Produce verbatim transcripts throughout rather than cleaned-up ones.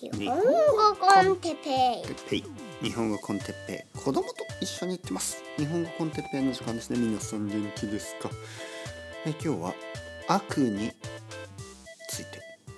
日本語コンテッペイてっぺい日本語コンテッペイ子供と一緒に行ってます。日本語コンテッペイの時間ですね。皆さん元気ですか？え今日は悪について。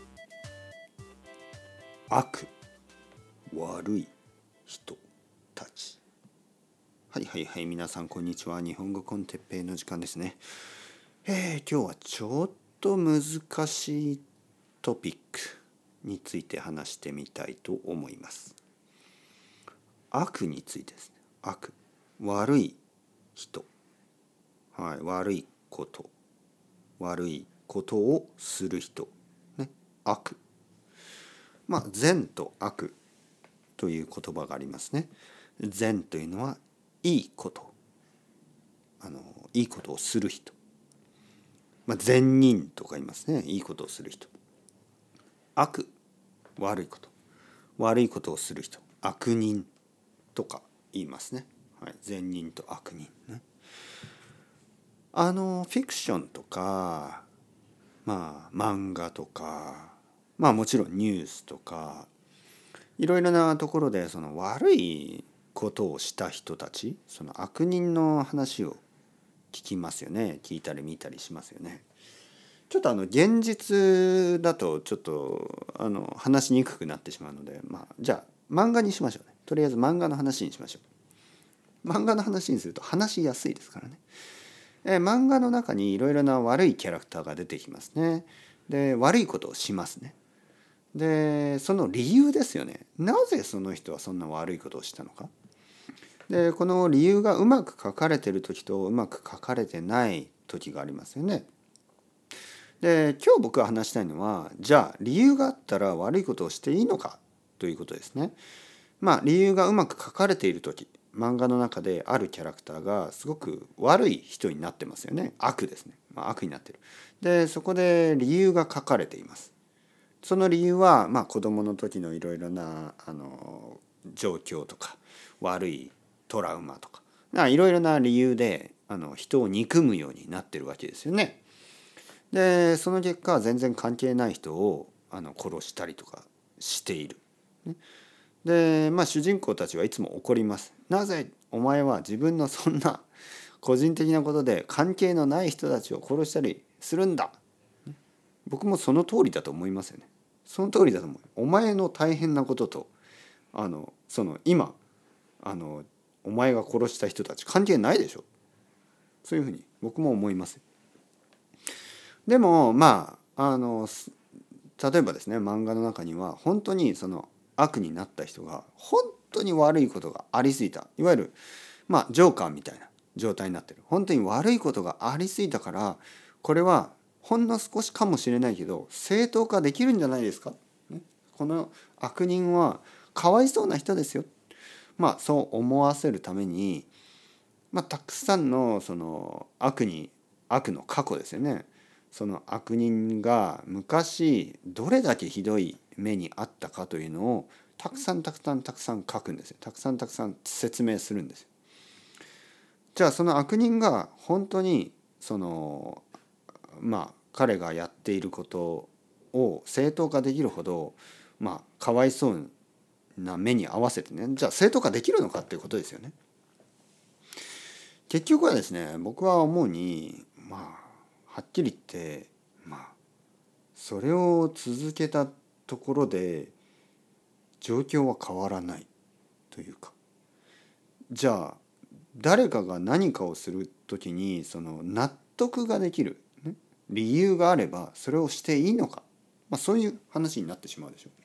悪、悪い人たち。はいはいはい、皆さんこんにちは。日本語コンテッペイの時間ですね。えー、今日はちょっと難しいトピックについて話してみたいと思います。悪についてですね。悪、悪い人、はい、悪いこと、悪いことをする人、ね、悪。まあ善と悪という言葉がありますね。善というのはいいこと、あのいいことをする人。まあ善人とか言いますね。いいことをする人。悪、悪いこと、悪いことをする人、悪人とか言いますね。はい、善人と悪人ね。あのフィクションとか、まあ漫画とか、まあもちろんニュースとか、いろいろなところでその悪いことをした人たち、その悪人の話を聞きますよね。聞いたり見たりしますよね。ちょっとあの現実だとちょっとあの話しにくくなってしまうので、まあじゃあ漫画にしましょうね。とりあえず漫画の話にしましょう。漫画の話にすると話しやすいですからね。え漫画の中にいろいろな悪いキャラクターが出てきますね。で悪いことをしますね。でその理由ですよね。なぜその人はそんな悪いことをしたのか。でこの理由がうまく書かれている時とうまく書かれてない時がありますよね。で今日僕が話したいのは、じゃあ理由があったら悪いことをしていいのかということですね。まあ理由がうまく書かれている時、漫画の中であるキャラクターがすごく悪い人になってますよね。悪ですね。まあ、悪になってる。でそこで理由が書かれています。その理由は、まあ、子供の時のいろいろなあの状況とか悪いトラウマとかいろいろな理由であの人を憎むようになってるわけですよね。でその結果全然関係ない人をあの殺したりとかしている。でまあ主人公たちはいつも怒ります。なぜお前は自分のそんな個人的なことで関係のない人たちを殺したりするんだ。僕もその通りだと思いますよね。その通りだと思う。お前の大変なこととあのその今あのお前が殺した人たち関係ないでしょ。そういうふうに僕も思います。でもまああの例えばですね、漫画の中には本当にその悪になった人が本当に悪いことがありすぎた、いわゆるまあジョーカーみたいな状態になってる。本当に悪いことがありすぎたから、これはほんの少しかもしれないけど正当化できるんじゃないですか。この悪人はかわいそうな人ですよ。まあそう思わせるために、まあ、たくさんのその悪に悪の過去ですよね。その悪人が昔どれだけひどい目にあったかというのをたくさんたくさんたくさん書くんですよ。たくさんたくさん説明するんですよ。じゃあその悪人が本当にそのまあ彼がやっていることを正当化できるほどまあかわいそうな目に合わせてね、じゃあ正当化できるのかっていうことですよね。結局はですね、僕は思うにまあはっきり言ってまあそれを続けたところで状況は変わらないというか、じゃあ誰かが何かをするときにその納得ができる、ね、理由があればそれをしていいのか、まあ、そういう話になってしまうでしょ。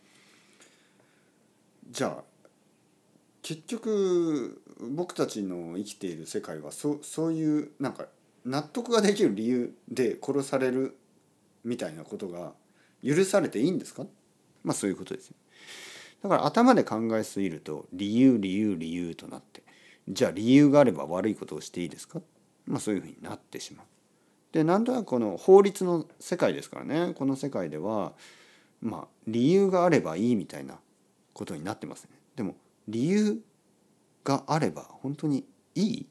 じゃあ結局僕たちの生きている世界はそそういうなんか納得ができる理由で殺されるみたいなことが許されていいんですか。まあそういうことです。だから頭で考えすぎると理由理由理由となって、じゃあ理由があれば悪いことをしていいですか。まあそういうふうになってしまう。でなんとなくこの法律の世界ですからね。この世界ではまあ理由があればいいみたいなことになってますね。でも理由があれば本当にいい？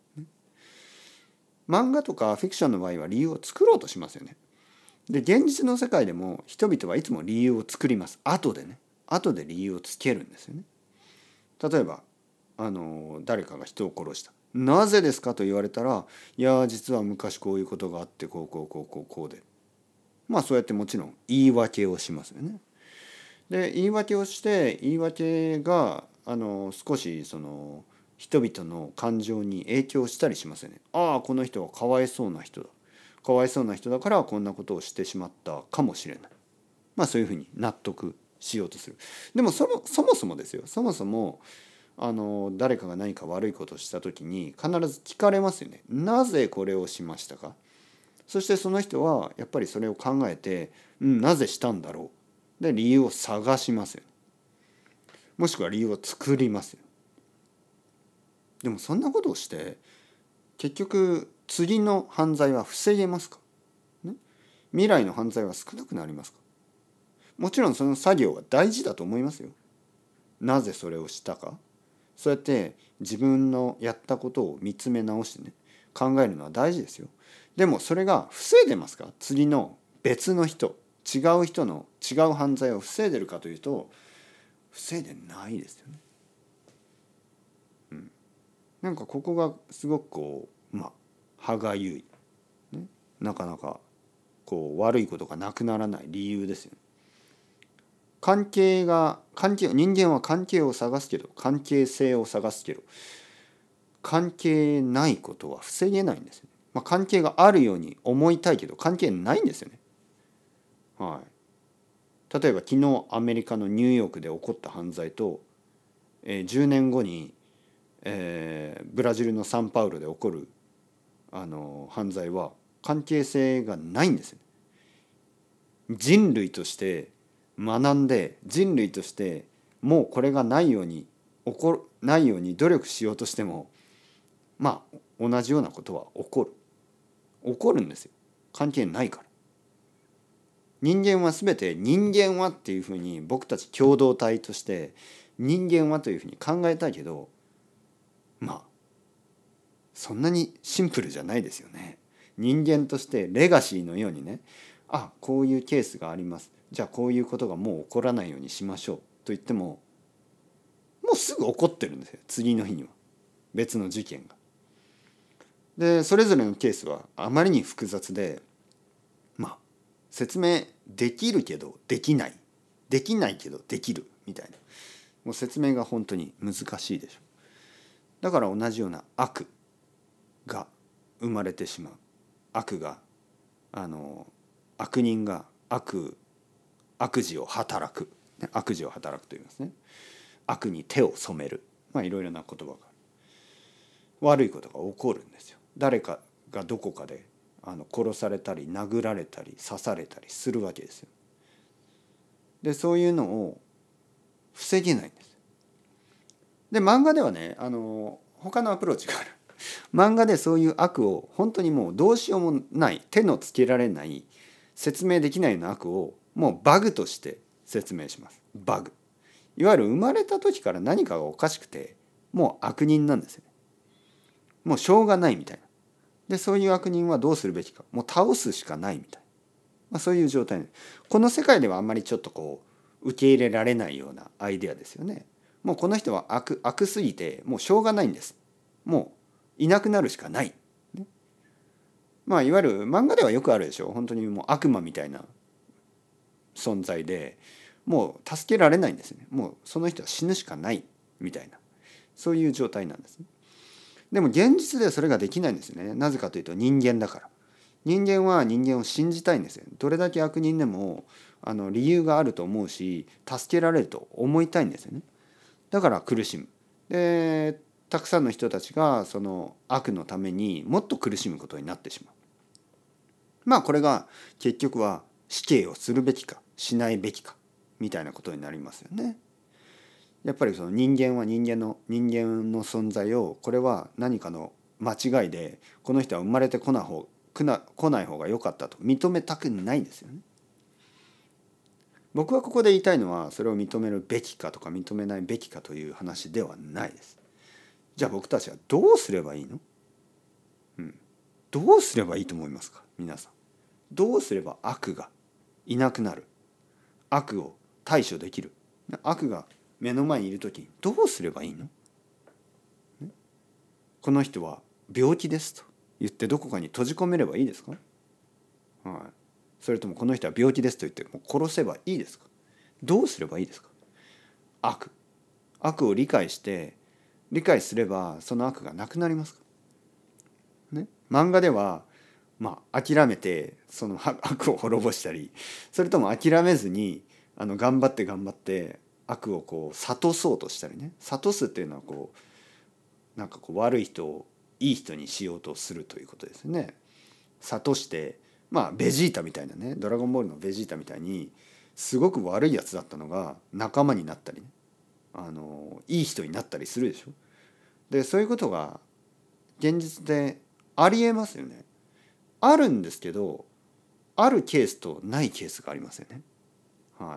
漫画とかフィクションの場合は理由を作ろうとしますよね。で現実の世界でも人々はいつも理由を作ります。後でね。 後で理由をつけるんですよね。例えばあの誰かが人を殺した。なぜですかと言われたら、いや実は昔こういうことがあってこうこうこうこうこうで、まあそうやってもちろん言い訳をしますよね。で言い訳をして言い訳があの少しその人々の感情に影響したりしますよね。ああこの人はかわいそうな人だ、かわいそうな人だからこんなことをしてしまったかもしれない。まあそういうふうに納得しようとする。でもそもそもそもですよ、そもそもあの誰かが何か悪いことをした時に必ず聞かれますよね。なぜこれをしましたか。そしてその人はやっぱりそれを考えて、うん、なぜしたんだろうで理由を探しますよ。もしくは理由を作りますよ。でもそんなことをして結局次の犯罪は防げますか、ね、未来の犯罪は少なくなりますか。もちろんその作業は大事だと思いますよ。なぜそれをしたか、そうやって自分のやったことを見つめ直してね考えるのは大事ですよ。でもそれが防いでますか、次の別の人違う人の違う犯罪を防いでるかというと防いでないですよね。うん、なんかここがすごくこうまあ歯がゆい、ね、なかなかこう悪いことがなくならない理由ですよね。関係が関係人間は関係を探すけど関係性を探すけど関係ないことは防げないんですよね。まあ、関係があるように思いたいけど関係ないんですよね。はい、例えば昨日アメリカのニューヨークで起こった犯罪と、えー、じゅうねんごに、えー、ブラジルのサンパウロで起こるあの犯罪は関係性がないんですよ。人類として学んで人類としてもうこれがないように起こるないように努力しようとしてもまあ同じようなことは起こる起こるんですよ。関係ないから。人間は全て人間はっていうふうに僕たち共同体として人間はというふうに考えたいけどまあそんなにシンプルじゃないですよね。人間としてレガシーのようにね、あこういうケースがあります、じゃあこういうことがもう起こらないようにしましょうと言ってももうすぐ起こってるんですよ、次の日には別の事件が。でそれぞれのケースはあまりに複雑でまあ説明できるけどできないできないけどできるみたいな、もう説明が本当に難しいでしょ。だから同じような悪が生まれてしまう。悪があの悪人が悪悪事を働く、悪事を働くと言いますね。悪に手を染める、まあいろいろな言葉がある。悪いことが起こるんですよ。誰かがどこかであの殺されたり殴られたり刺されたりするわけですよ。でそういうのを防げないんです。で漫画ではねあの他のアプローチがある。漫画でそういう悪を本当にもうどうしようもない手のつけられない説明できないような悪をもうバグとして説明します。バグいわゆる生まれた時から何かがおかしくてもう悪人なんですよね。もうしょうがないみたいな。でそういう悪人はどうするべきか、もう倒すしかないみたいな、まあ、そういう状態でこの世界ではあんまりちょっとこう受け入れられないようなアイデアですよね。もうこの人は悪悪すぎてもうしょうがないんです。もういなくなるしかない、ね、まあいわゆる漫画ではよくあるでしょ。本当にもう悪魔みたいな存在でもう助けられないんですね。もうその人は死ぬしかないみたいな、そういう状態なんですね。でも現実ではそれができないんですね。なぜかというと人間だから。人間は人間を信じたいんですよ。どれだけ悪人でもあの理由があると思うし助けられると思いたいんですよね。だから苦しむ。でたくさんの人たちがその悪のためにもっと苦しむことになってしまう。まあこれが結局は死刑をするべきかしないべきかみたいなことになりますよね。やっぱりその人間は人間の人間の存在をこれは何かの間違いでこの人は生まれてこない方来な来ない方が良かったと認めたくないんですよね。僕はここで言いたいのはそれを認めるべきかとか認めないべきかという話ではないです。じゃあ僕たちはどうすればいいの？うん、どうすればいいと思いますか皆さん。どうすれば悪がいなくなる、悪を対処できる、 悪が目の前にいる時にどうすればいいの？この人は病気ですと言ってどこかに閉じ込めればいいですか？はい。それともこの人は病気ですと言ってもう殺せばいいですか？どうすればいいですか？悪悪を理解して理解すればその悪がなくなりますか？ね、漫画ではまあ諦めてその悪を滅ぼしたり、それとも諦めずにあの頑張って頑張って悪をこう諭そうとしたりね。諭すっていうのはこうなんかこう悪い人をいい人にしようとするということですね。諭してまあベジータみたいなね、ドラゴンボールのベジータみたいにすごく悪いやつだったのが仲間になったりね、あのいい人になったりするでしょ。でそういうことが現実でありえますよね。あるんですけど、あるケースとないケースがありますよね。はい。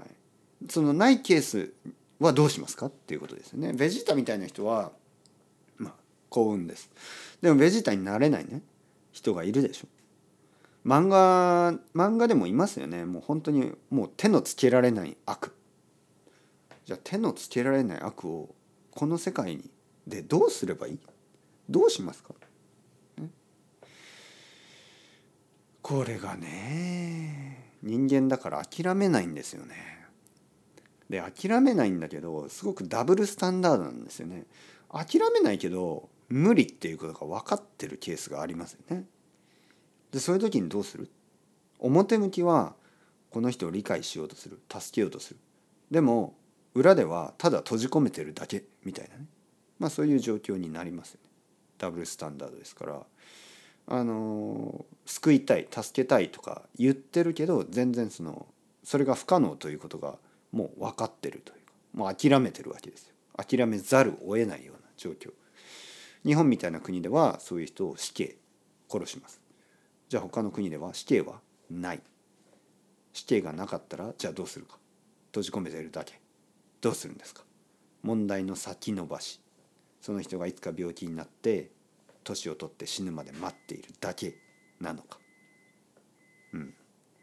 そのないケースはどうしますかっていうことですよね。ベジータみたいな人はまあ幸運です。でもベジータになれないね人がいるでしょ。漫画漫画でもいますよね。もう本当にもう手のつけられない悪。じゃあ手のつけられない悪をこの世界にでどうすればいい？どうしますか？これがね、人間だから諦めないんですよね。で諦めないんだけどすごくダブルスタンダードなんですよね。諦めないけど無理っていうことが分かってるケースがありますよね。でそういう時にどうする？表向きはこの人を理解しようとする、助けようとする。でも裏ではただ閉じ込めてるだけみたいなね、まあそういう状況になりますよね。ダブルスタンダードですから、あの救いたい助けたいとか言ってるけど全然そのそれが不可能ということがもう分かってるというか、もう諦めてるわけですよ。諦めざるを得ないような状況。日本みたいな国ではそういう人を死刑殺します。じゃあ他の国では死刑はない。死刑がなかったらじゃあどうするか。閉じ込めているだけ。どうするんですか。問題の先延ばし。その人がいつか病気になって年を取って死ぬまで待っているだけなのか。うん。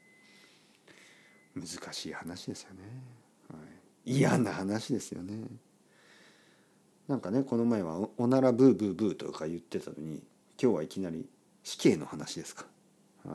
難しい話ですよね。はい、嫌な話ですよね。なんかねこの前は お, おならブーブーブーとか言ってたのに今日はいきなり死刑の話ですか。はい。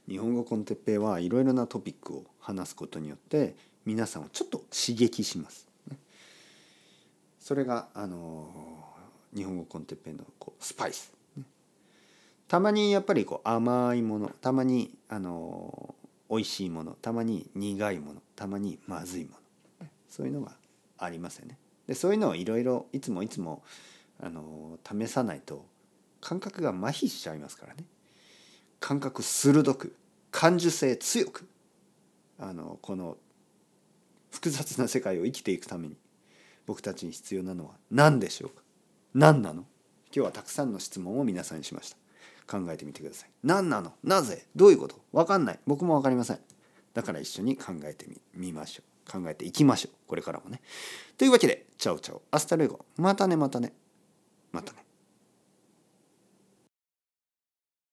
日本語コンテッペイはいろいろなトピックを話すことによって皆さんをちょっと刺激します。それがあの日本語コンテッペイのこうスパイス。たまにやっぱりこう甘いもの、たまにあの美味しいもの、たまに苦いもの、たまにまずいもの、そういうのがありますよね。でそういうのをいろいろいつもいつもあの試さないと感覚が麻痺しちゃいますからね。感覚鋭く感受性強くあのこの複雑な世界を生きていくために僕たちに必要なのは何でしょうか。何なの？今日はたくさんの質問を皆さんにしました。考えてみてください。何なの？なぜ？どういうこと？分かんない。僕も分かりません。だから一緒に考えてみ、みましょう。考えていきましょう。これからもね。というわけで、チャオチャオ、アスタルエゴ。またね、またね。またね。